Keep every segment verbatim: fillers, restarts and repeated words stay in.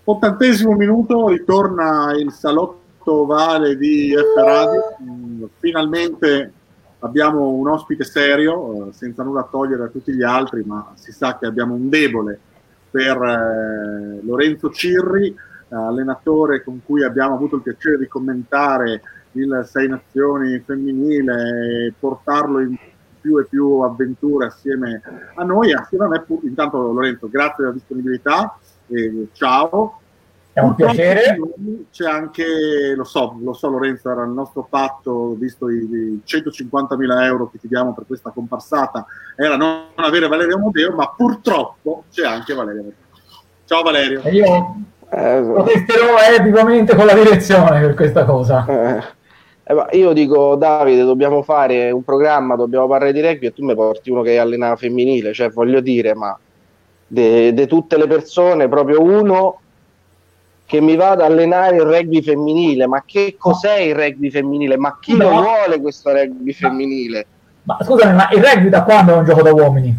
Ottantesimo minuto, ritorna il salotto ovale di F Radio. Finalmente abbiamo un ospite serio, senza nulla togliere a tutti gli altri, ma si sa che abbiamo un debole per eh, Lorenzo Cirri, allenatore con cui abbiamo avuto il piacere di commentare il Sei Nazioni femminile e portarlo in più e più avventure assieme a noi, assieme a me. Intanto Lorenzo, grazie della disponibilità. Eh, ciao, è un Purtroppo piacere. C'è anche, lo so, lo so Lorenzo, era il nostro patto, visto i, i centocinquantamila euro che ti diamo per questa comparsata, era non avere Valerio Amodeo, ma purtroppo c'è anche Valerio Amodeo. Ciao Valerio. E io eh, protesterò epicamente con la direzione per questa cosa. Eh, eh, ma io dico, Davide, dobbiamo fare un programma, dobbiamo parlare di rugby e tu mi porti uno che allena femminile, cioè voglio dire, ma di tutte le persone, proprio uno che mi vada ad allenare il rugby femminile. Ma che cos'è il rugby femminile? Ma chi no. lo vuole questo rugby femminile? Ma scusami, ma il rugby da quando è un gioco da uomini?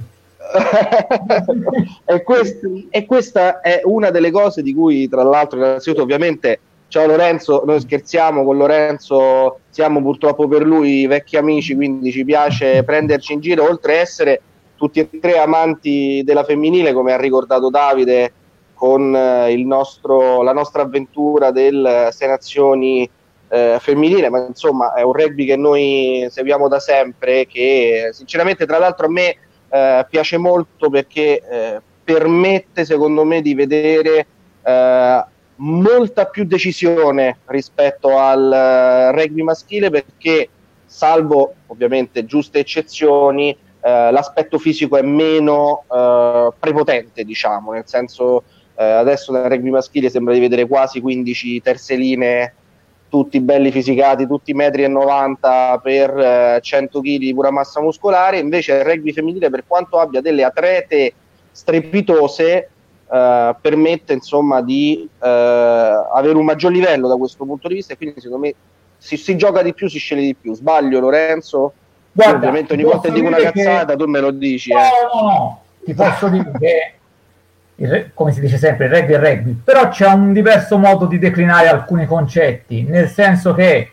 e, quest- e questa è una delle cose di cui, tra l'altro, innanzitutto ovviamente, ciao Lorenzo, noi scherziamo con Lorenzo, siamo purtroppo per lui vecchi amici, quindi ci piace prenderci in giro, oltre a essere tutti e tre amanti della femminile, come ha ricordato Davide, con eh, il nostro, la nostra avventura del Sei Nazioni eh, femminile, ma insomma è un rugby che noi seguiamo da sempre, che sinceramente tra l'altro a me eh, piace molto perché eh, permette secondo me di vedere eh, molta più decisione rispetto al uh, rugby maschile, perché salvo ovviamente giuste eccezioni Uh, l'aspetto fisico è meno uh, prepotente, diciamo, nel senso uh, adesso nel rugby maschile sembra di vedere quasi quindici terzeline, tutti belli fisicati, tutti metri e novanta per uh, cento chili di pura massa muscolare. Invece il rugby femminile, per quanto abbia delle atlete strepitose, uh, permette insomma di uh, avere un maggior livello da questo punto di vista, e quindi secondo me si, si gioca di più, si sceglie di più. Sbaglio, Lorenzo? Guarda, ovviamente ogni volta dico una cazzata, che... tu me lo dici. No, eh. no, no, ti posso dire che, il, come si dice sempre, il rugby è rugby, però c'è un diverso modo di declinare alcuni concetti, nel senso che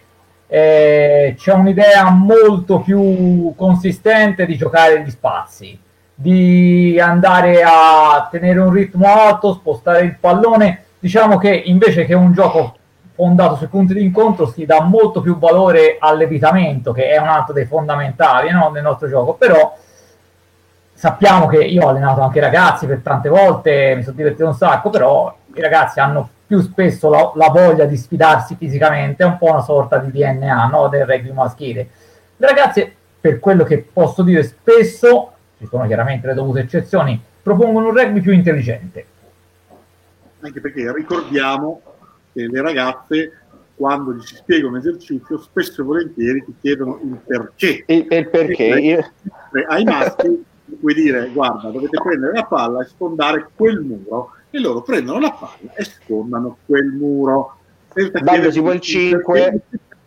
eh, c'è un'idea molto più consistente di giocare gli spazi, di andare a tenere un ritmo alto, spostare il pallone. Diciamo che invece che un gioco fondato sui punti di incontro si dà molto più valore all'evitamento, che è un altro dei fondamentali, no, del nostro gioco. Però sappiamo che io ho allenato anche i ragazzi per tante volte, mi sono divertito un sacco, però i ragazzi hanno più spesso la, la voglia di sfidarsi fisicamente, è un po' una sorta di D N A, no, del rugby maschile. Le ragazze, per quello che posso dire, spesso, ci sono chiaramente le dovute eccezioni, propongono un rugby più intelligente. Anche perché ricordiamo che le ragazze, quando gli si spiega un esercizio, spesso e volentieri ti chiedono il perché. Il, il perché? E, ai maschi puoi dire, guarda, dovete prendere la palla e sfondare quel muro, e loro prendono la palla e sfondano quel muro. Dandosi quel cinque.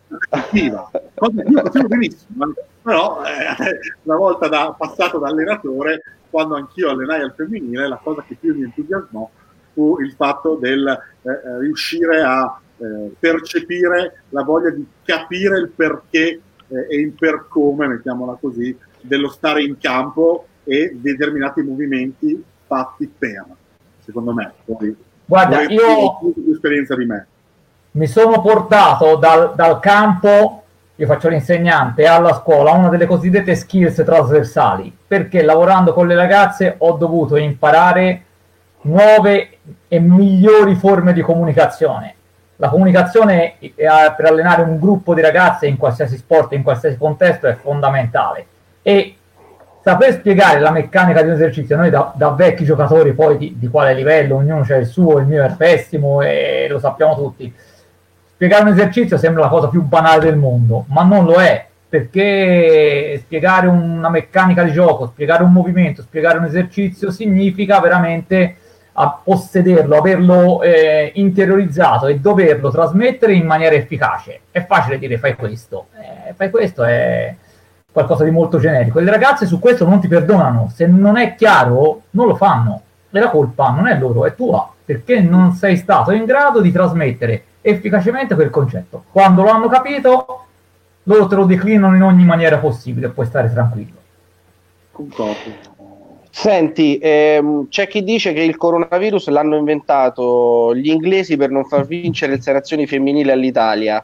Cosa io facevo benissimo, però eh, una volta da, passato da allenatore, quando anch'io allenai al femminile, la cosa che più mi entusiasmò fu il fatto del eh, riuscire a eh, percepire la voglia di capire il perché eh, e il per come, mettiamola così, dello stare in campo e determinati movimenti fatti per, secondo me. Poi, guarda, io più esperienza di me. Mi sono portato dal, dal campo, io faccio l'insegnante, alla scuola, una delle cosiddette skills trasversali, perché lavorando con le ragazze ho dovuto imparare nuove e migliori forme di comunicazione. La comunicazione eh, per allenare un gruppo di ragazze in qualsiasi sport, in qualsiasi contesto, è fondamentale, e saper spiegare la meccanica di un esercizio, noi da, da vecchi giocatori, poi di, di quale livello, ognuno c'ha il suo, il mio è pessimo e lo sappiamo tutti, spiegare un esercizio sembra la cosa più banale del mondo, ma non lo è, perché spiegare una meccanica di gioco, spiegare un movimento, spiegare un esercizio significa veramente a possederlo, averlo eh, interiorizzato e doverlo trasmettere in maniera efficace. È facile dire fai questo, eh, fai questo è qualcosa di molto generico, e le ragazze su questo non ti perdonano, se non è chiaro non lo fanno, e la colpa non è loro, è tua, perché non sei stato in grado di trasmettere efficacemente quel concetto. Quando lo hanno capito, loro te lo declinano in ogni maniera possibile, puoi stare tranquillo. Concordo. Senti, ehm, c'è chi dice che il coronavirus l'hanno inventato gli inglesi per non far vincere le selezioni femminili all'Italia.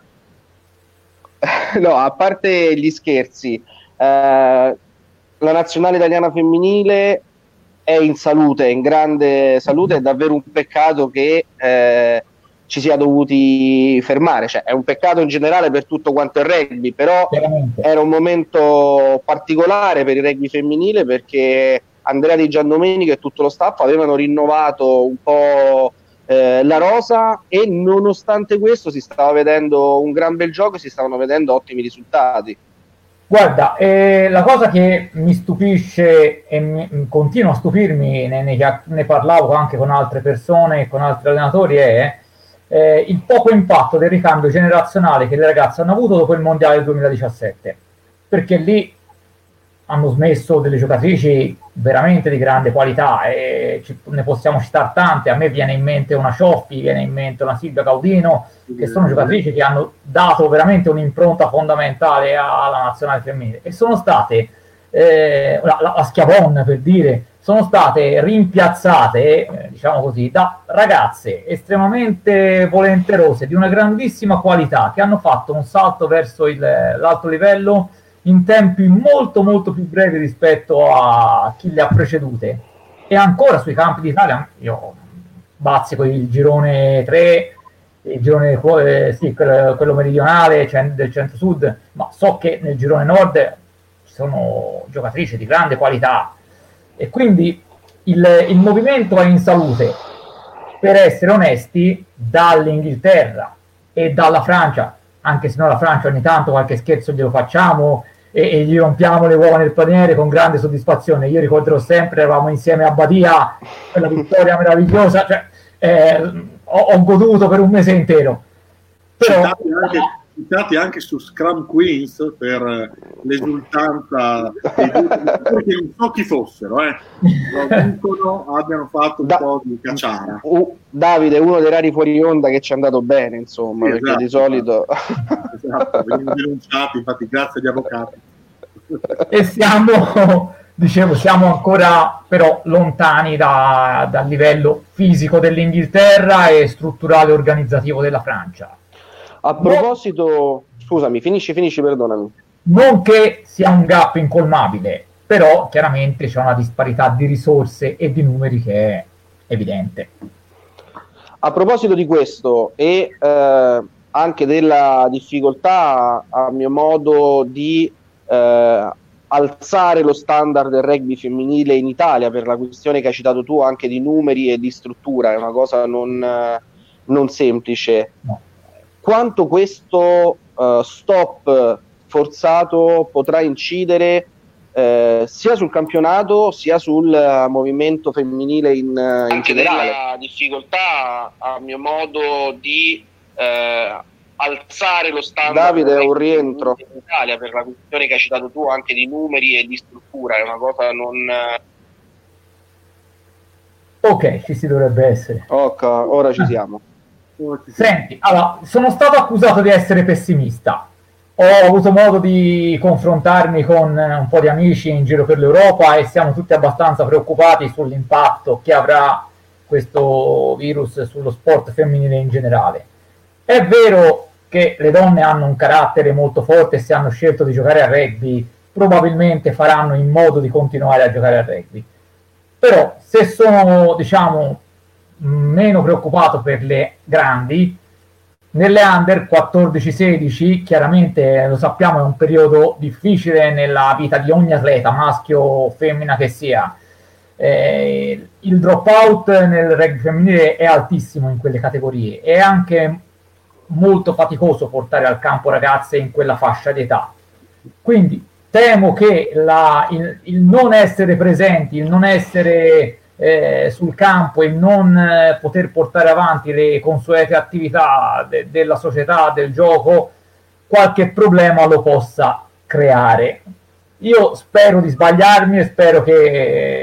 No, a parte gli scherzi, eh, la nazionale italiana femminile è in salute, è in grande salute, è davvero un peccato che eh, ci sia dovuti fermare, cioè è un peccato in generale per tutto quanto il rugby, però era un momento particolare per il rugby femminile perché Andrea Di Giandomenico e tutto lo staff avevano rinnovato un po' eh, la rosa e nonostante questo si stava vedendo un gran bel gioco e si stavano vedendo ottimi risultati. Guarda, eh, la cosa che mi stupisce e mi, continua a stupirmi, ne, ne, ne parlavo anche con altre persone e con altri allenatori, è eh, il poco impatto del ricambio generazionale che le ragazze hanno avuto dopo il mondiale del duemiladiciassette, perché lì hanno smesso delle giocatrici veramente di grande qualità e ci, ne possiamo citare tante. A me viene in mente una Cioffi, viene in mente una Silvia Caudino, che sono giocatrici che hanno dato veramente un'impronta fondamentale alla nazionale femminile e sono state eh, la, la, la Schiavon, per dire, sono state rimpiazzate eh, diciamo così, da ragazze estremamente volenterose di una grandissima qualità che hanno fatto un salto verso il, l'alto livello in tempi molto molto più brevi rispetto a chi le ha precedute. E ancora sui campi d'Italia io bazzico il girone tre, il girone eh, sì, quello, quello meridionale, cioè del centro-sud, ma so che nel girone nord ci sono giocatrici di grande qualità e quindi il, il movimento è in salute, per essere onesti, dall'Inghilterra e dalla Francia, anche se no la Francia ogni tanto qualche scherzo glielo facciamo e, e gli rompiamo le uova nel paniere con grande soddisfazione. Io ricorderò sempre, eravamo insieme a Badia, quella vittoria meravigliosa, cioè, eh, ho, ho goduto per un mese intero. Però, citati, anche, citati anche su Scrum Queens per l'esultanza dei due, che non so chi fossero, eh. Vincono, abbiano fatto un da, po' di cacciara. Uh, Davide è uno dei rari fuori onda che ci è andato bene, insomma, sì, perché esatto, di solito esatto, vengono denunciati, infatti grazie agli avvocati. E siamo, dicevo, siamo ancora però lontani da, dal livello fisico dell'Inghilterra e strutturale organizzativo della Francia. A proposito, no, scusami, finisci, finisci, perdonami. Non che sia un gap incolmabile, però chiaramente c'è una disparità di risorse e di numeri che è evidente. A proposito di questo e eh, anche della difficoltà, a mio modo, di eh, alzare lo standard del rugby femminile in Italia, per la questione che hai citato tu anche di numeri e di struttura, è una cosa non, non semplice. No. Quanto questo uh, stop forzato potrà incidere eh, sia sul campionato sia sul uh, movimento femminile in, uh, in generale? La difficoltà, a mio modo, di eh, alzare lo standard. Davide, è un rientro in Italia, per la questione che hai citato tu anche di numeri e di struttura, è una cosa non... Ok, ci si dovrebbe essere. Ok, ora ci siamo. Senti, allora, sono stato accusato di essere pessimista. Ho avuto modo di confrontarmi con un po' di amici in giro per l'Europa e siamo tutti abbastanza preoccupati sull'impatto che avrà questo virus sullo sport femminile in generale. È vero che le donne hanno un carattere molto forte e se hanno scelto di giocare a rugby probabilmente faranno in modo di continuare a giocare a rugby. Però se sono, diciamo, meno preoccupato per le grandi, nelle under quattordici sedici, chiaramente lo sappiamo è un periodo difficile nella vita di ogni atleta, maschio o femmina che sia. Eh, il drop out nel rugby femminile è altissimo in quelle categorie, è anche molto faticoso portare al campo ragazze in quella fascia di età, quindi temo che la, il, il non essere presenti, il non essere Eh, sul campo e non eh, poter portare avanti le consuete attività de- della società, del gioco, qualche problema lo possa creare. Io spero di sbagliarmi e spero che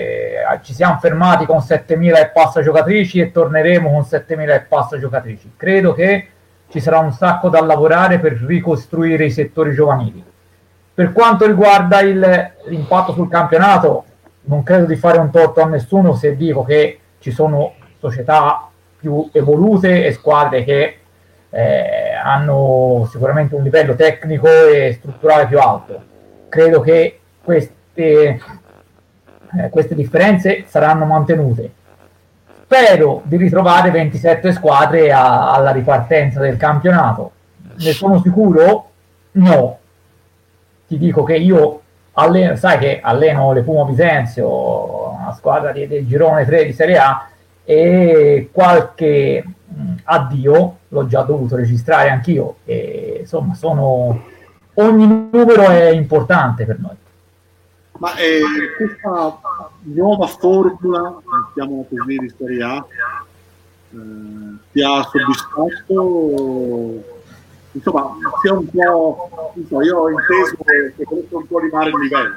ci siamo fermati con settemila e passa giocatrici e torneremo con settemila e passa giocatrici. Credo che ci sarà un sacco da lavorare per ricostruire i settori giovanili. Per quanto riguarda il, l'impatto sul campionato, non credo di fare un torto a nessuno se dico che ci sono società più evolute e squadre che eh, hanno sicuramente un livello tecnico e strutturale più alto. Credo che queste, eh, queste differenze saranno mantenute. Spero di ritrovare ventisette squadre a, alla ripartenza del campionato. Ne sono sicuro? No. Ti dico che io alleno, sai che alleno le Puma Bisenzio, una squadra di, del girone tre di Serie A, e qualche mh, addio l'ho già dovuto registrare anch'io, e insomma sono, ogni numero è importante per noi. Ma eh, questa nuova formula, mettiamola così, di Serie A eh, ti ha soddisfatto? Insomma, sia un po', non so, io ho inteso che, che comunque un po' rimane il livello.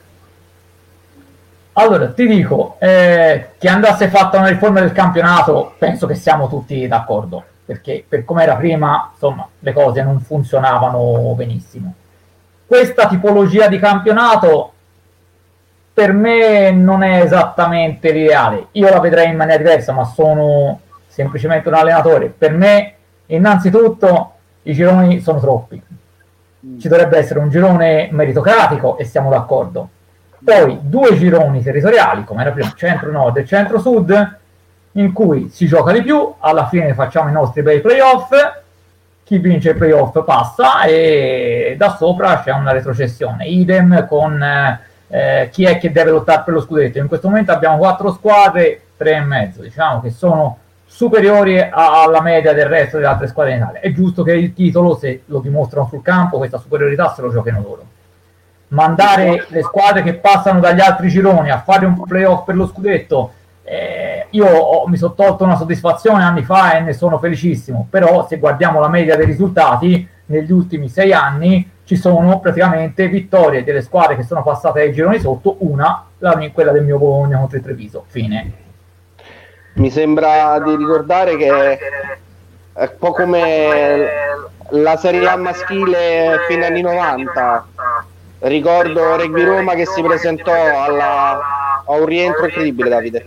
Allora, ti dico, eh, che andasse fatta una riforma del campionato, penso che siamo tutti d'accordo, perché per come era prima, insomma, le cose non funzionavano benissimo. Questa tipologia di campionato per me non è esattamente l'ideale. Io la vedrei in maniera diversa, ma sono semplicemente un allenatore. Per me, innanzitutto, i gironi sono troppi. Ci dovrebbe essere un girone meritocratico e siamo d'accordo. Poi due gironi territoriali, come era prima, centro-nord e centro-sud, in cui si gioca di più, alla fine facciamo i nostri bei playoff, chi vince il playoff passa e da sopra c'è una retrocessione. Idem con eh, chi è che deve lottare per lo scudetto. In questo momento abbiamo quattro squadre, tre e mezzo, diciamo, che sono superiori a, alla media del resto delle altre squadre in Italia. È giusto che il titolo, se lo dimostrano sul campo, questa superiorità se lo giochino loro. Mandare le squadre che passano dagli altri gironi a fare un playoff per lo scudetto, eh, io ho, mi sono tolto una soddisfazione anni fa e ne sono felicissimo, però se guardiamo la media dei risultati negli ultimi sei anni ci sono praticamente vittorie delle squadre che sono passate ai gironi sotto, una, la, quella del mio Bologna contro il Treviso, fine. Mi sembra di ricordare che è un po' come la Serie A maschile fine anni novanta. Ricordo Rugby Roma che si presentò alla, a un rientro incredibile, Davide.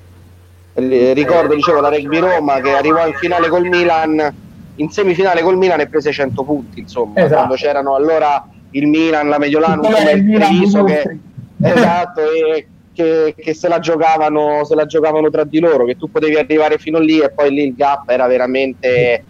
Ricordo, dicevo, la Rugby Roma che arrivò in finale col Milan, in semifinale col Milan e prese cento punti, insomma, esatto. Quando c'erano allora il Milan, la Mediolano, come il Treviso che, esatto, e che, che se la giocavano se la giocavano tra di loro, che tu potevi arrivare fino lì e poi lì il gap era veramente eh,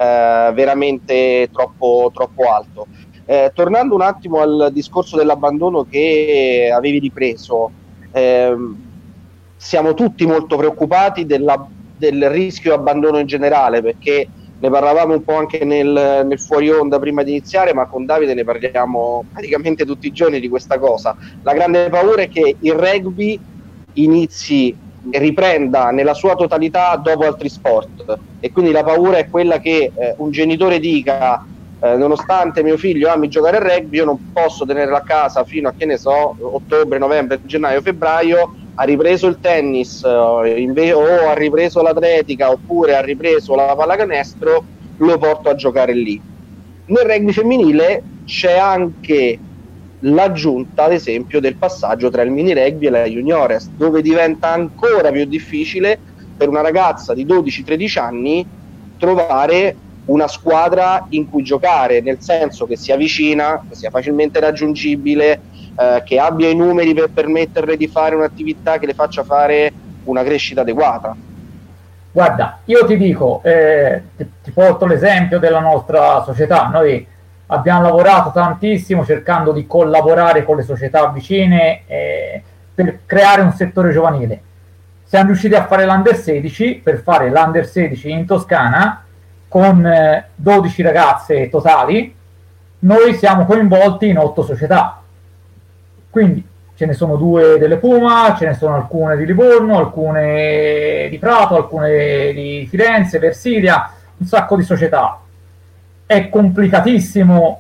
veramente troppo troppo alto. Eh, tornando un attimo al discorso dell'abbandono che avevi ripreso, ehm, siamo tutti molto preoccupati della, del rischio abbandono in generale, perché ne parlavamo un po' anche nel, nel fuori onda prima di iniziare, ma con Davide ne parliamo praticamente tutti i giorni di questa cosa. La grande paura è che il rugby inizi e riprenda nella sua totalità dopo altri sport, e quindi la paura è quella che eh, un genitore dica Eh, nonostante mio figlio ami giocare a rugby, io non posso tenerlo a casa fino a, che ne so, ottobre, novembre, gennaio, febbraio, ha ripreso il tennis eh, inve- o ha ripreso l'atletica oppure ha ripreso la pallacanestro, lo porto a giocare lì. Nel rugby femminile c'è anche l'aggiunta, ad esempio, del passaggio tra il mini rugby e la juniores, dove diventa ancora più difficile per una ragazza di dodici tredici anni trovare una squadra in cui giocare, nel senso che sia vicina, che sia facilmente raggiungibile, eh, che abbia i numeri per permetterle di fare un'attività che le faccia fare una crescita adeguata. Guarda, io ti dico, eh, ti, ti porto l'esempio della nostra società. Noi abbiamo lavorato tantissimo cercando di collaborare con le società vicine eh, per creare un settore giovanile. Siamo riusciti a fare l'Under sedici, per fare l'Under sedici in Toscana, con dodici ragazze totali. Noi siamo coinvolti in otto società, quindi ce ne sono due delle Puma, ce ne sono alcune di Livorno, alcune di Prato, alcune di Firenze, Versilia, un sacco di società. È complicatissimo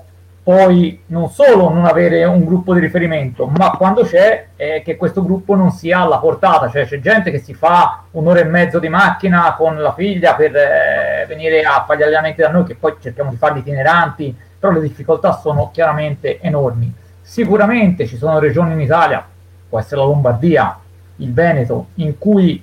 poi non solo non avere un gruppo di riferimento, ma quando c'è eh, che questo gruppo non sia alla portata, cioè c'è gente che si fa un'ora e mezzo di macchina con la figlia per eh, venire a fare gli allenamenti da noi, che poi cerchiamo di farli itineranti, però le difficoltà sono chiaramente enormi. Sicuramente ci sono regioni in Italia, può essere la Lombardia, il Veneto, in cui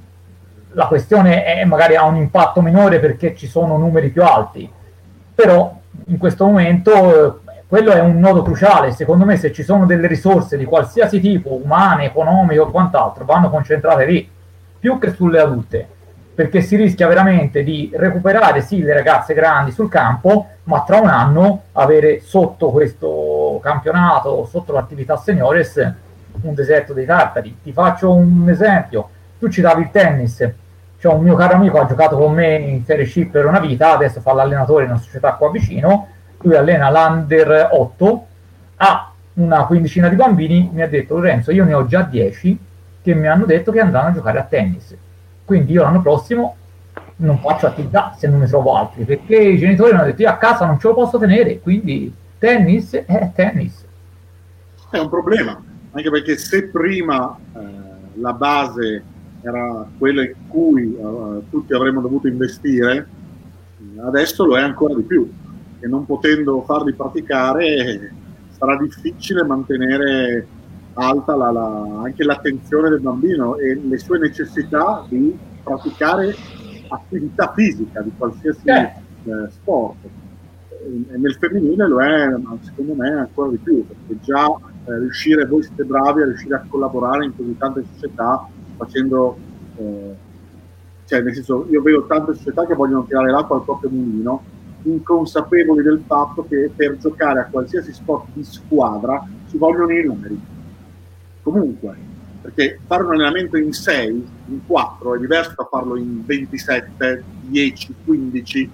la questione è, magari ha un impatto minore perché ci sono numeri più alti, però in questo momento eh, quello è un nodo cruciale. Secondo me, se ci sono delle risorse di qualsiasi tipo, umane, economiche o quant'altro, vanno concentrate lì, più che sulle adulte, perché si rischia veramente di recuperare sì le ragazze grandi sul campo, ma tra un anno avere sotto questo campionato, sotto l'attività seniores, un deserto dei tartari. Ti faccio un esempio: tu citavi il tennis. C'è un mio caro amico, ha giocato con me in Serie C per una vita, adesso fa l'allenatore in una società qua vicino, lui allena l'Under otto, ha una quindicina di bambini, mi ha detto: Lorenzo, io ne ho già dieci che mi hanno detto che andranno a giocare a tennis, quindi io l'anno prossimo non faccio attività se non ne trovo altri, perché i genitori mi hanno detto: io a casa non ce lo posso tenere, quindi tennis è tennis. È un problema, anche perché se prima eh, la base era quella in cui uh, tutti avremmo dovuto investire, adesso lo è ancora di più, e non potendo farli praticare sarà difficile mantenere alta la, la, anche l'attenzione del bambino e le sue necessità di praticare attività fisica di qualsiasi eh. Eh, sport. E nel femminile lo è, secondo me, ancora di più, perché già eh, riuscire, voi siete bravi a riuscire a collaborare in così tante società, facendo, eh, cioè nel senso, io vedo tante società che vogliono tirare l'acqua al proprio mulino, inconsapevoli del fatto che per giocare a qualsiasi sport di squadra ci vogliono i numeri. Comunque, perché fare un allenamento in sei, in quattro è diverso da farlo in ventisette, dieci, quindici.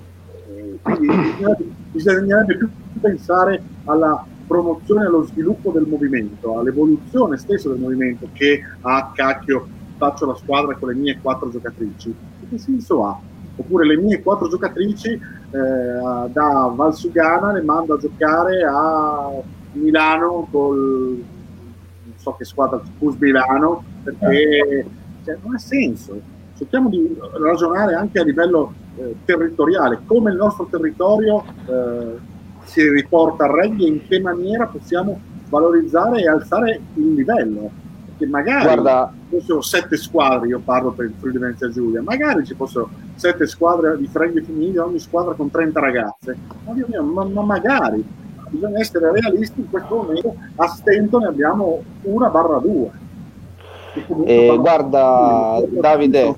Eh, quindi bisognerebbe più pensare alla promozione e allo sviluppo del movimento, all'evoluzione stessa del movimento, che a ah, cacchio faccio la squadra con le mie quattro giocatrici. Che senso ha? Oppure le mie quattro giocatrici eh, da Valsugana le mando a giocare a Milano col non so che squadra, Pus Milano, perché cioè, non ha senso. Cerchiamo di ragionare anche a livello eh, territoriale, come il nostro territorio eh, si riporta al rugby e in che maniera possiamo valorizzare e alzare il livello, perché magari Guarda, fossero sette squadre, io parlo per il Friuli Venezia Giulia, magari ci fossero sette squadre di rugby femminile, ogni squadra con trenta ragazze, ma, mio, ma, ma magari bisogna essere realisti. In questo momento a stento ne abbiamo una barra due. Eh, guarda Davide,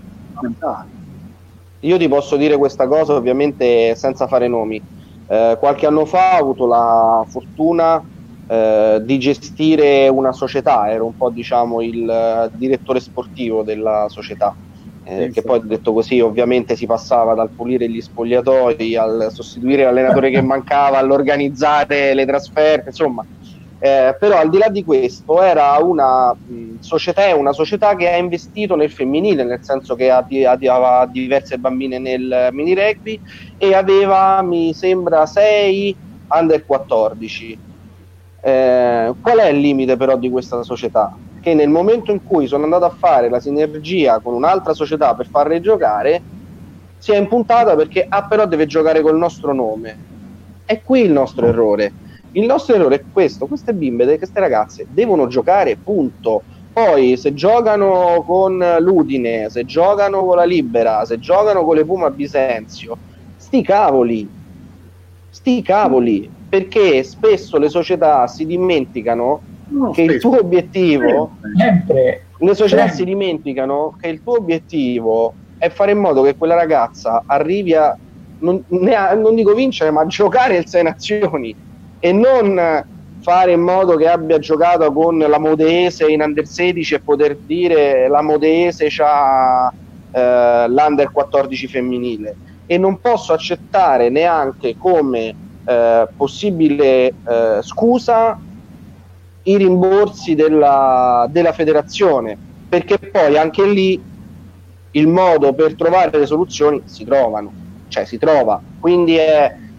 io ti posso dire questa cosa ovviamente senza fare nomi. Eh, qualche anno fa ho avuto la fortuna eh, di gestire una società, ero un po' diciamo il uh, direttore sportivo della società, eh, sì, che sì. Poi detto così ovviamente si passava dal pulire gli spogliatoi al sostituire l'allenatore che mancava, all'organizzare le trasferte, insomma. Eh, però al di là di questo era una mh, società, è una società che ha investito nel femminile, nel senso che aveva diverse bambine nel mini rugby e aveva, mi sembra, sei under quattordici. Eh, qual è il limite però di questa società? Che nel momento in cui sono andato a fare la sinergia con un'altra società per farle giocare, si è impuntata perché ah però deve giocare col nostro nome. È qui il nostro errore. Il nostro errore è questo: queste bimbe, queste ragazze devono giocare, punto. Poi se giocano con l'Udine, se giocano con la Libera, se giocano con le Puma Bisenzio, sti cavoli sti cavoli perché spesso le società si dimenticano no, che spesso. il tuo obiettivo sempre le società sempre. si dimenticano che il tuo obiettivo è fare in modo che quella ragazza arrivi a non, ne a, non dico vincere, ma giocare il Sei Nazioni, e non fare in modo che abbia giocato con la Modese in under sedici e poter dire la Modese c'ha eh, l'under quattordici femminile. E non posso accettare neanche come eh, possibile eh, scusa i rimborsi della, della federazione, perché poi anche lì il modo per trovare le soluzioni si trovano, cioè si trova, quindi è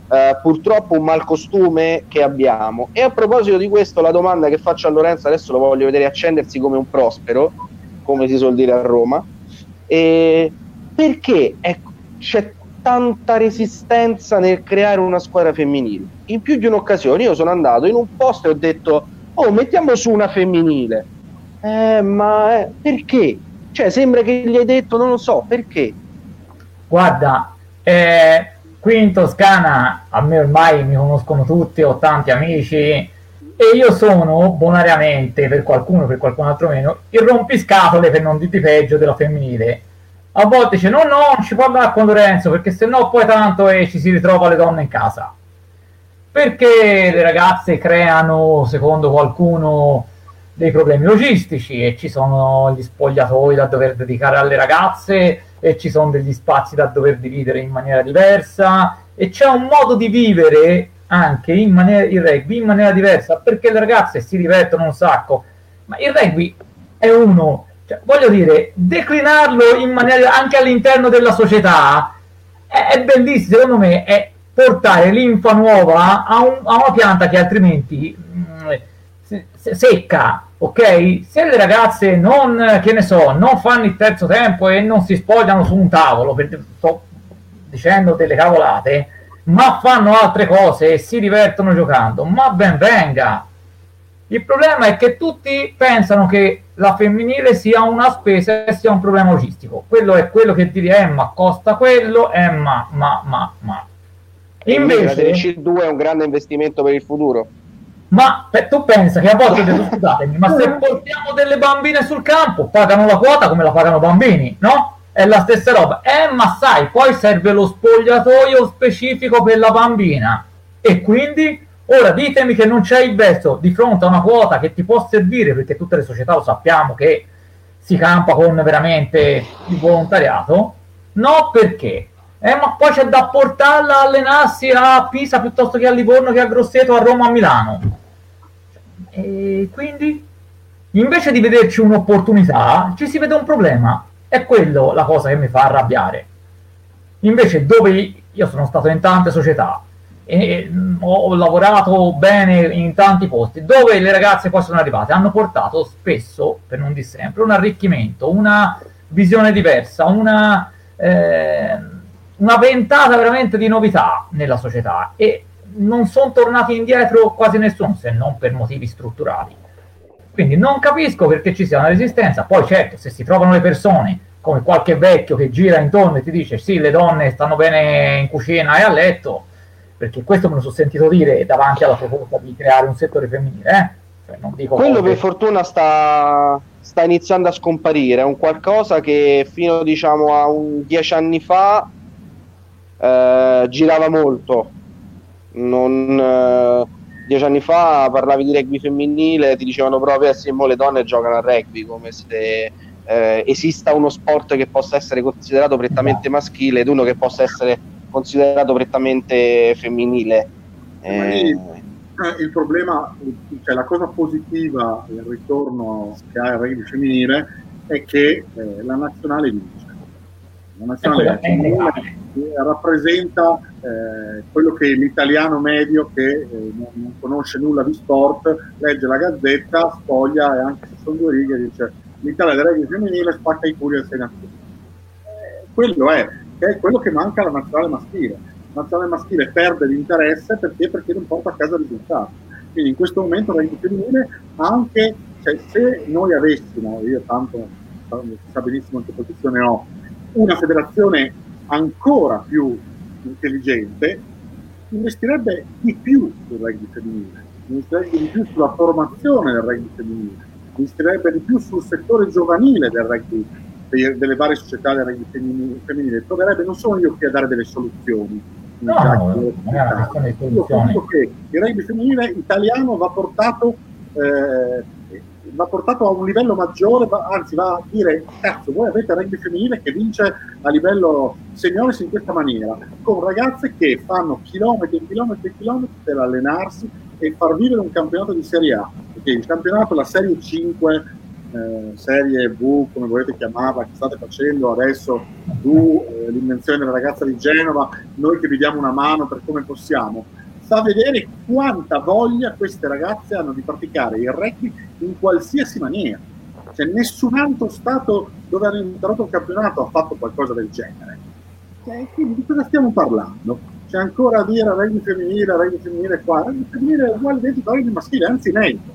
eh, purtroppo un malcostume che abbiamo. E a proposito di questo, la domanda che faccio a Lorenzo, adesso lo voglio vedere accendersi come un prospero, come si suol dire a Roma, e perché è, c'è tanta resistenza nel creare una squadra femminile? In più di un'occasione io sono andato in un posto e ho detto: oh, mettiamo su una femminile. Eh, ma eh, perché? Cioè, sembra che gli hai detto, non lo so, perché? Guarda, eh, qui in Toscana a me ormai mi conoscono tutti, ho tanti amici e io sono bonariamente, per qualcuno, per qualcun altro meno, il rompiscatole, per non dirti peggio, della femminile. A volte dice no, no, non ci può andare con Lorenzo perché sennò poi tanto eh, ci si ritrova le donne in casa. Perché le ragazze creano, secondo qualcuno, dei problemi logistici e ci sono gli spogliatoi da dover dedicare alle ragazze e ci sono degli spazi da dover dividere in maniera diversa e c'è un modo di vivere anche in maniera, il rugby in maniera diversa, perché le ragazze si divertono un sacco, ma il rugby è uno, cioè, voglio dire, declinarlo in maniera anche all'interno della società è, è bellissimo, secondo me è portare linfa nuova a, un, a una pianta che altrimenti mh, se, se, secca, ok? Se le ragazze non, che ne so, non fanno il terzo tempo e non si spogliano su un tavolo, perché sto dicendo delle cavolate, ma fanno altre cose e si divertono giocando, ma ben venga. Il problema è che tutti pensano che la femminile sia una spesa e sia un problema logistico. Quello è quello che dire, eh, ma costa quello, eh, ma, ma, ma, ma. Invece la Serie C due è un grande investimento per il futuro. Ma per, tu pensa che a volte devo, scusatemi, ma se portiamo delle bambine sul campo, pagano la quota come la pagano bambini, no? È la stessa roba. Eh, ma sai, poi serve lo spogliatoio specifico per la bambina. E quindi, ora ditemi che non c'è il verso di fronte a una quota che ti può servire, perché tutte le società lo sappiamo che si campa con veramente il volontariato. No, perché? Eh, ma poi c'è da portarla a allenarsi a Pisa piuttosto che a Livorno, che a Grosseto, a Roma, a Milano. E quindi, invece di vederci un'opportunità, ci si vede un problema. È quello la cosa che mi fa arrabbiare. Invece, dove io sono stato in tante società e ho lavorato bene in tanti posti, dove le ragazze poi sono arrivate, hanno portato spesso, per non dire sempre, un arricchimento, una visione diversa, una, eh, una ventata veramente di novità nella società, e non sono tornati indietro quasi nessuno, se non per motivi strutturali. Quindi non capisco perché ci sia una resistenza. Poi certo, se si trovano le persone come qualche vecchio che gira intorno e ti dice sì, le donne stanno bene in cucina e a letto, perché questo me lo sono sentito dire davanti alla proposta di creare un settore femminile, eh? Cioè, non dico quello cose. Per fortuna sta, sta iniziando a scomparire, è un qualcosa che fino diciamo a un dieci anni fa eh, girava molto. Non, eh, dieci anni fa parlavi di rugby femminile, ti dicevano proprio eh sì, mo le donne giocano a rugby, come se eh, esista uno sport che possa essere considerato prettamente maschile ed uno che possa essere considerato prettamente femminile. Eh, il problema, cioè la cosa positiva del ritorno che ha il rugby femminile è che eh, la nazionale vince. La nazionale femminile rappresenta eh, quello che l'italiano medio che eh, non, non conosce nulla di sport legge la Gazzetta, sfoglia e anche se sono due righe dice l'Italia del rugby femminile spacca i culi al sei nazioni. Eh, quello è, che è quello che manca alla nazionale maschile. La nazionale maschile perde l'interesse perché, perché non porta a casa il risultato. Quindi in questo momento il rugby femminile, anche cioè, se noi avessimo, io tanto sa benissimo in che posizione ho, una federazione ancora più intelligente, investirebbe di più sul rugby femminile, investirebbe di più sulla formazione del rugby femminile, investirebbe di più sul settore giovanile del rugby, delle varie società del rugby femminile, proverebbe non solo io qui a dare delle soluzioni, no, no, non è una questione di soluzioni. Io che il rugby femminile italiano va portato eh, va portato a un livello maggiore, va, anzi va a dire cazzo, voi avete il rugby femminile che vince a livello seniores in questa maniera, con ragazze che fanno chilometri e chilometri e chilometri per allenarsi e far vivere un campionato di Serie A, perché il campionato, la Serie cinque eh, serie V, come volete chiamarla, che state facendo adesso, tu, eh, l'invenzione della ragazza di Genova, noi che vi diamo una mano per come possiamo, fa vedere quanta voglia queste ragazze hanno di praticare il rugby in qualsiasi maniera. Cioè, nessun altro stato dove hanno interrotto il campionato ha fatto qualcosa del genere. Cioè, quindi di cosa stiamo parlando? C'è ancora a dire rugby femminile, rugby femminile qua, rugby femminile è uguale identico al rugby maschile, anzi meglio.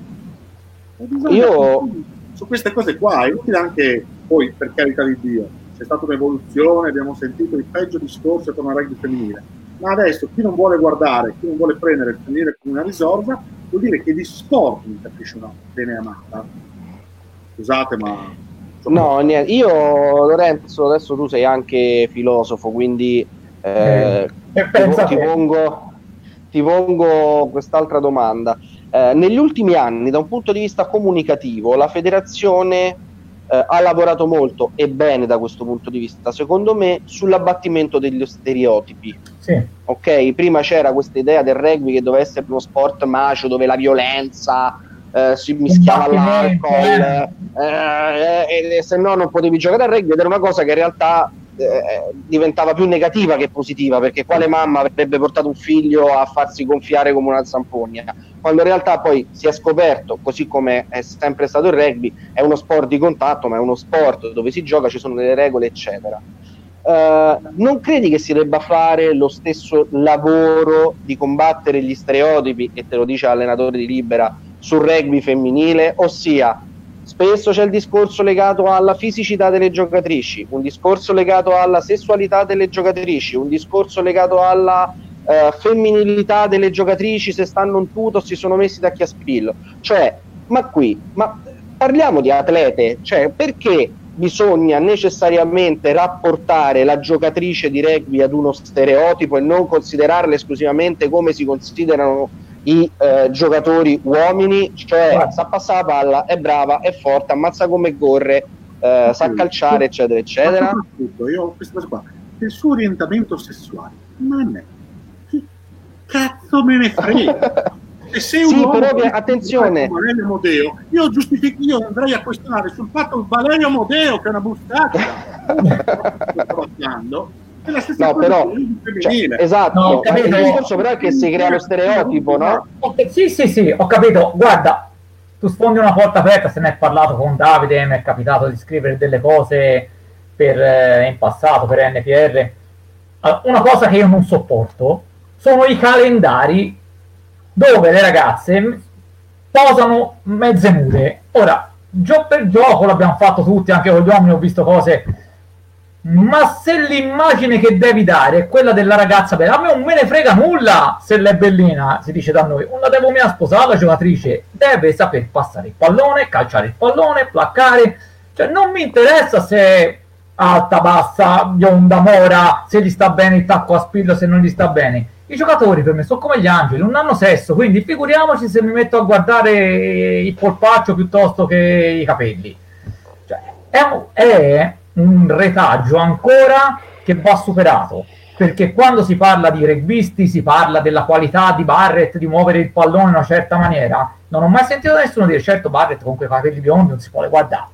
Io su queste cose qua è utile anche poi, per carità di Dio, c'è stata un'evoluzione, abbiamo sentito il peggio discorso con il rugby femminile, ma adesso chi non vuole guardare, chi non vuole prendere il femminile come una risorsa, vuol dire che di sport non capisce una bene amata. Scusate, ma no, niente. Io, Lorenzo, adesso tu sei anche filosofo, quindi eh, eh, ti, ti, pongo, ti pongo quest'altra domanda. Eh, negli ultimi anni, da un punto di vista comunicativo, la federazione eh, ha lavorato molto e bene da questo punto di vista, secondo me, sull'abbattimento degli stereotipi. Sì. Ok, prima c'era questa idea del rugby che doveva essere uno sport macio dove la violenza eh, si mischiava all'alcol, eh, eh, e se no non potevi giocare a rugby, ed era una cosa che in realtà eh, diventava più negativa che positiva, perché quale mamma avrebbe portato un figlio a farsi gonfiare come una zampogna, quando in realtà poi si è scoperto, così come è sempre stato il rugby, è uno sport di contatto, ma è uno sport dove si gioca, ci sono delle regole eccetera. Uh, non credi che si debba fare lo stesso lavoro di combattere gli stereotipi, e te lo dice l'allenatore di Libera, sul rugby femminile? Ossia, spesso c'è il discorso legato alla fisicità delle giocatrici, un discorso legato alla sessualità delle giocatrici, un discorso legato alla uh, femminilità delle giocatrici, se stanno in tuto o si sono messi da chiaspillo. Cioè, ma qui, ma parliamo di atlete, cioè perché bisogna necessariamente rapportare la giocatrice di rugby ad uno stereotipo e non considerarla esclusivamente come si considerano i eh, giocatori uomini? Cioè, sa passare la palla, è brava, è forte, ammazza come corre, eh, sa calciare, eccetera, eccetera. Ma soprattutto, io ho questa cosa qua, il suo orientamento sessuale, ma a me, che cazzo me ne frega? E se un sì, uomo però che, attenzione, Valerio Amodeo, io giustifico, io andrei a questionare sul fatto che Valerio Amodeo, che è una bustaccia, è la stessa no, cosa però, femminile. Cioè, esatto, no, il discorso però è che si crea lo stereotipo, no? Okay, sì, sì, sì, ho capito. Guarda, tu sfondi una porta aperta, se ne è parlato con Davide, mi è capitato di scrivere delle cose per, eh, in passato per N P R. Allora, una cosa che io non sopporto sono i calendari dove le ragazze posano mezze nude. Ora, gioco per gioco l'abbiamo fatto tutti, anche con gli uomini ho visto cose, ma se l'immagine che devi dare è quella della ragazza bella, a me non me ne frega nulla se l'è bellina, si dice da noi, non la devo mica sposare la giocatrice, deve saper passare il pallone, calciare il pallone, placcare, cioè non mi interessa se è alta, bassa, bionda, mora, se gli sta bene il tacco a spillo, se non gli sta bene. I giocatori per me sono come gli angeli, non hanno sesso, quindi figuriamoci se mi metto a guardare il polpaccio piuttosto che i capelli. Cioè, è, è un retaggio ancora che va superato, perché quando si parla di rugbisti si parla della qualità di Barrett, di muovere il pallone in una certa maniera. Non ho mai sentito nessuno dire certo Barrett con quei capelli biondi non si può guardare.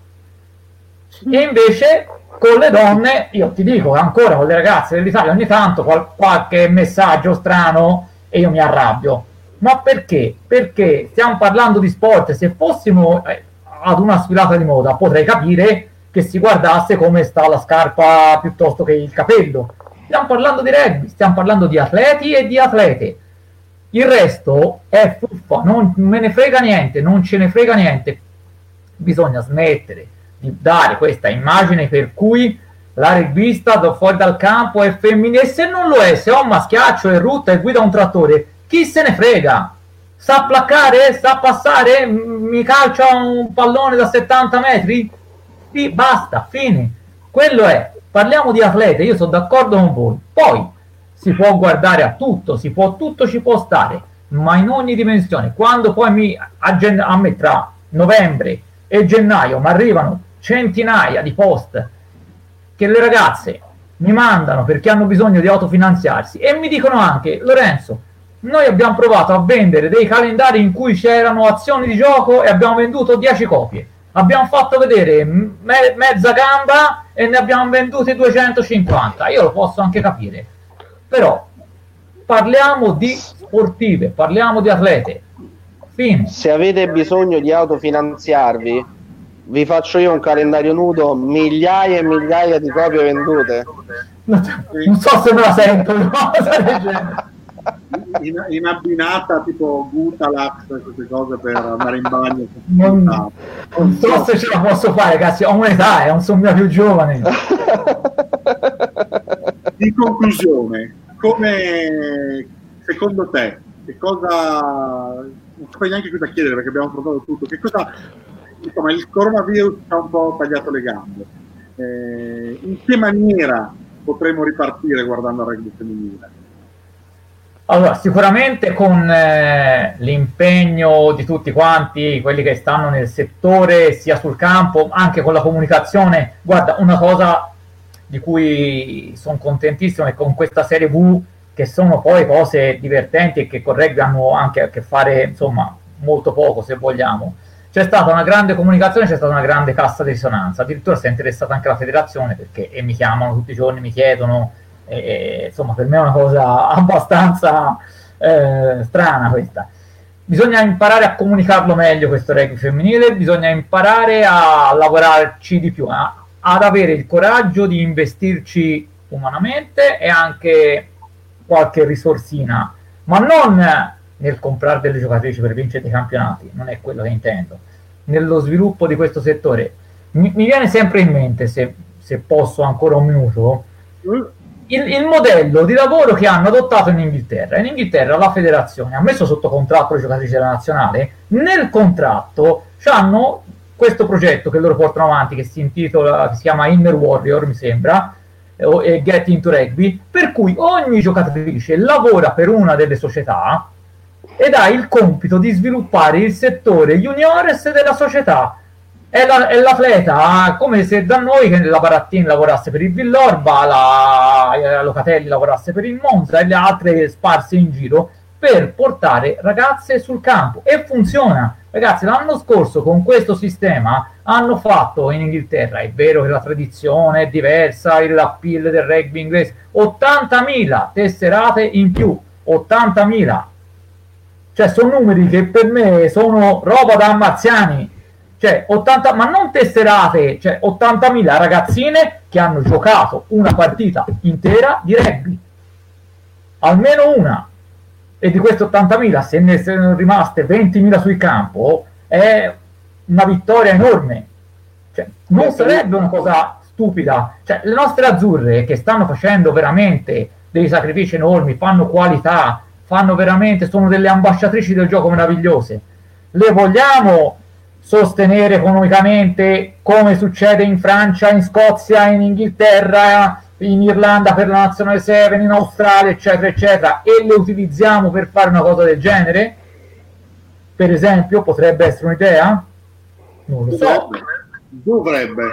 E invece con le donne, io ti dico ancora con le ragazze dell'Italia ogni tanto qual- qualche messaggio strano e io mi arrabbio. Ma perché? Perché stiamo parlando di sport, se fossimo eh, ad una sfilata di moda potrei capire che si guardasse come sta la scarpa piuttosto che il capello. Stiamo parlando di rugby, stiamo parlando di atleti e di atlete. Il resto è fuffa, non me ne frega niente, non ce ne frega niente. Bisogna smettere di dare questa immagine per cui la rugbista da fuori dal campo è femminile, e se non lo è, se ho un maschiaccio e rutta e guida un trattore, chi se ne frega? Sa placcare? Sa passare? Mi calcia un pallone da settanta metri? Sì, basta, fine. Quello è. Parliamo di atlete, io sono d'accordo con voi. Poi si può guardare a tutto, si può, tutto ci può stare, ma in ogni dimensione. Quando poi mi, a, gen- a me tra novembre e gennaio mi arrivano centinaia di post che le ragazze mi mandano perché hanno bisogno di autofinanziarsi e mi dicono anche: Lorenzo, noi abbiamo provato a vendere dei calendari in cui c'erano azioni di gioco e abbiamo venduto dieci copie. abbiamo fatto vedere me- mezza gamba e ne abbiamo venduti duecentocinquanta. Io lo posso anche capire, però parliamo di sportive, parliamo di atlete. Fine. Se avete bisogno di autofinanziarvi, vi faccio io un calendario nudo, migliaia e migliaia di copie vendute. Non so se me la sento, in, in abbinata tipo Gutalax, queste cose per andare in bagno. Non, non so se ce la posso fare, ragazzi, ho un'età, non sono mica più giovane. In conclusione, come secondo te, che cosa, non so neanche cosa chiedere perché abbiamo affrontato tutto, che cosa, insomma, il coronavirus ci ha un po' tagliato le gambe, eh, in che maniera potremo ripartire guardando il rugby femminile? Allora, sicuramente con eh, l'impegno di tutti quanti, quelli che stanno nel settore, sia sul campo, anche con la comunicazione. Guarda, una cosa di cui sono contentissimo è con questa serie vu, che sono poi cose divertenti e che con rugby hanno anche a che fare, insomma, molto poco, se vogliamo. C'è stata una grande comunicazione, c'è stata una grande cassa di risonanza, addirittura si è interessata anche la federazione, perché e mi chiamano tutti i giorni, mi chiedono, e, insomma, per me è una cosa abbastanza eh, strana questa. Bisogna imparare a comunicarlo meglio questo rugby femminile, bisogna imparare a lavorarci di più, a, ad avere il coraggio di investirci umanamente e anche qualche risorsina, ma non nel comprare delle giocatrici per vincere dei campionati, non è quello che intendo, nello sviluppo di questo settore. Mi, mi viene sempre in mente, se, se posso ancora un minuto, il, il modello di lavoro che hanno adottato in Inghilterra. In Inghilterra la federazione ha messo sotto contratto le giocatrici della nazionale, nel contratto hanno questo progetto che loro portano avanti, che si intitola, che si chiama Inner Warrior, mi sembra, e Get Into Rugby, per cui ogni giocatrice lavora per una delle società ed ha il compito di sviluppare il settore juniores della società. È, la, è l'atleta, come se da noi che la Barattini lavorasse per il Villorba, la, la Locatelli lavorasse per il Monza e le altre sparse in giro per portare ragazze sul campo, e funziona. Ragazzi, l'anno scorso con questo sistema hanno fatto in Inghilterra, è vero che la tradizione è diversa, il appeal del rugby inglese, ottantamila tesserate in più, ottantamila. Cioè, sono numeri che per me sono roba da marziani. Cioè, ottanta, ma non tesserate, cioè ottantamila ragazzine che hanno giocato una partita intera di rugby. Almeno una. E di queste ottantamila, se ne sono rimaste ventimila sul campo, è una vittoria enorme. Cioè, non sarebbe una cosa stupida. Cioè, le nostre azzurre, che stanno facendo veramente dei sacrifici enormi, fanno qualità, fanno veramente, sono delle ambasciatrici del gioco meravigliose. Le vogliamo sostenere economicamente come succede in Francia, in Scozia, in Inghilterra, in Irlanda per la Nazionale sette, in Australia, eccetera, eccetera, e le utilizziamo per fare una cosa del genere? Per esempio, potrebbe essere un'idea? Non lo so. Dovrebbe.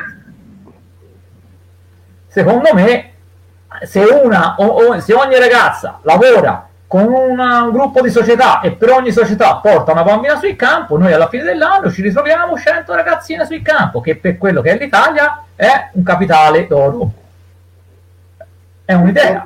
Secondo me, se una o, o se ogni ragazza lavora con una, un gruppo di società e per ogni società porta una bambina sul campo, noi alla fine dell'anno ci ritroviamo cento ragazzine sul campo, che per quello che è l'Italia è un capitale d'oro. È un'idea.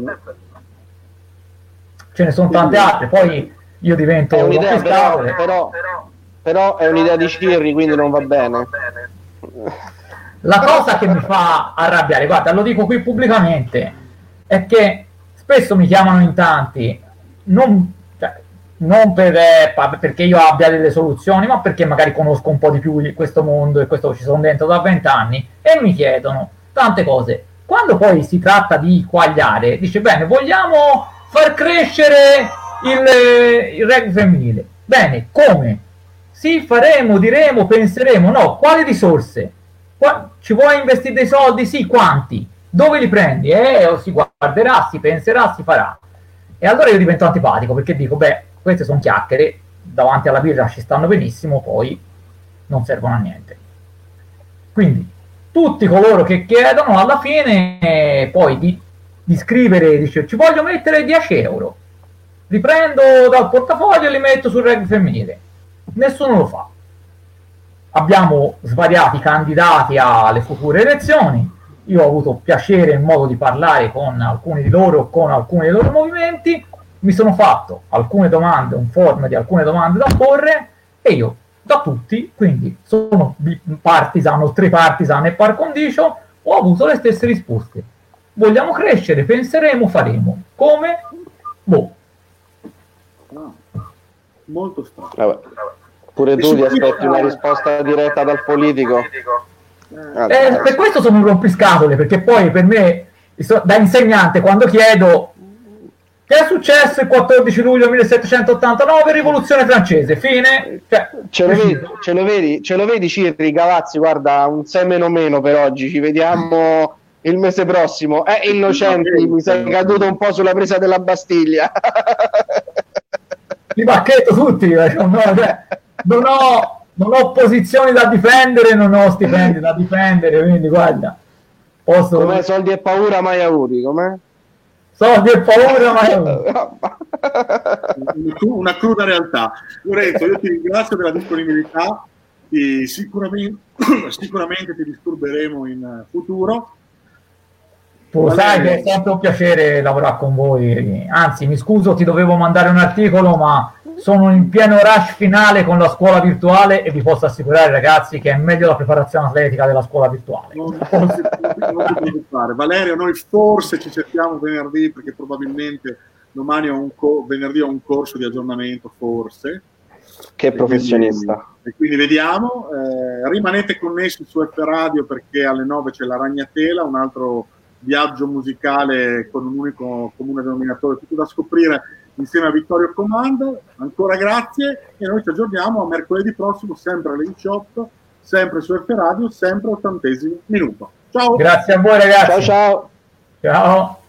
Ce ne sono tante altre, poi io divento è un'idea, però, però, però è un'idea di Cirri, quindi non va bene. La cosa che mi fa arrabbiare, guarda, lo dico qui pubblicamente, è che spesso mi chiamano in tanti, non, cioè, non per, eh, perché io abbia delle soluzioni, ma perché magari conosco un po' di più questo mondo e questo ci sono dentro da vent'anni, e mi chiedono tante cose. Quando poi si tratta di quagliare, dice, bene, vogliamo far crescere il, il rugby femminile. Bene, come? Sì, faremo, diremo, penseremo. No, quali risorse? Qua, ci vuoi investire dei soldi? Sì, quanti? Dove li prendi? Eh, si guarderà, si penserà, si farà. E allora io divento antipatico, perché dico, beh, queste sono chiacchiere, davanti alla birra ci stanno benissimo, poi non servono a niente. Quindi, tutti coloro che chiedono, alla fine, eh, poi di, di scrivere, dice, ci voglio mettere dieci euro. Li prendo dal portafoglio e li metto sul rugby femminile. Nessuno lo fa. abbiamo svariati candidati alle future elezioni. Io ho avuto piacere e modo di parlare con alcuni di loro, con alcuni dei loro movimenti, mi sono fatto alcune domande, un form di alcune domande da porre, e io da tutti, quindi sono partisan, tripartisan e par condicio, ho avuto le stesse risposte. Vogliamo crescere, penseremo, faremo. Come? Boh. Ah, molto strano. Vabbè. Pure tu ti aspetti una risposta diretta dal politico? Eh, per questo sono un rompiscatole, perché poi per me, da insegnante, quando chiedo che è successo il quattordici luglio millesettecentottantanove, rivoluzione francese, fine, cioè, ce, lo vedi, ce lo vedi, ce lo vedi Cirri, Cavazzi, guarda, un sei meno meno per oggi, ci vediamo il mese prossimo. Eh, innocenti, mi sei caduto un po' sulla presa della Bastiglia. Li bacchetto tutti, cioè, non, ho, non ho posizioni da difendere, non ho stipendi da difendere, quindi guarda, posso... Com'è, soldi e paura mai avuti, com'è? Soldi e paura mai avuti. Una cruda realtà. Lorenzo, io ti ringrazio per la disponibilità, ti, sicuramente, sicuramente ti disturberemo in futuro. Tu sai che è sempre un piacere lavorare con voi, anzi mi scuso, ti dovevo mandare un articolo, ma sono in pieno rush finale con la scuola virtuale e vi posso assicurare, ragazzi, che è meglio la preparazione atletica della scuola virtuale. Non, non, si, non ti preoccupare. Valerio, noi forse ci cerchiamo venerdì, perché probabilmente domani ho un co- venerdì ho un corso di aggiornamento, forse. Che professionista. E quindi, e quindi vediamo. Eh, rimanete connessi su F Radio, perché alle nove c'è la Ragnatela, un altro viaggio musicale con un unico comune denominatore, tutto da scoprire insieme a Vittorio Comando. Ancora grazie, e noi ci aggiorniamo a mercoledì prossimo, sempre alle diciotto, sempre su F Radio, sempre ottantesimo minuto. Ciao! Grazie a voi, ragazzi! Ciao ciao! Ciao!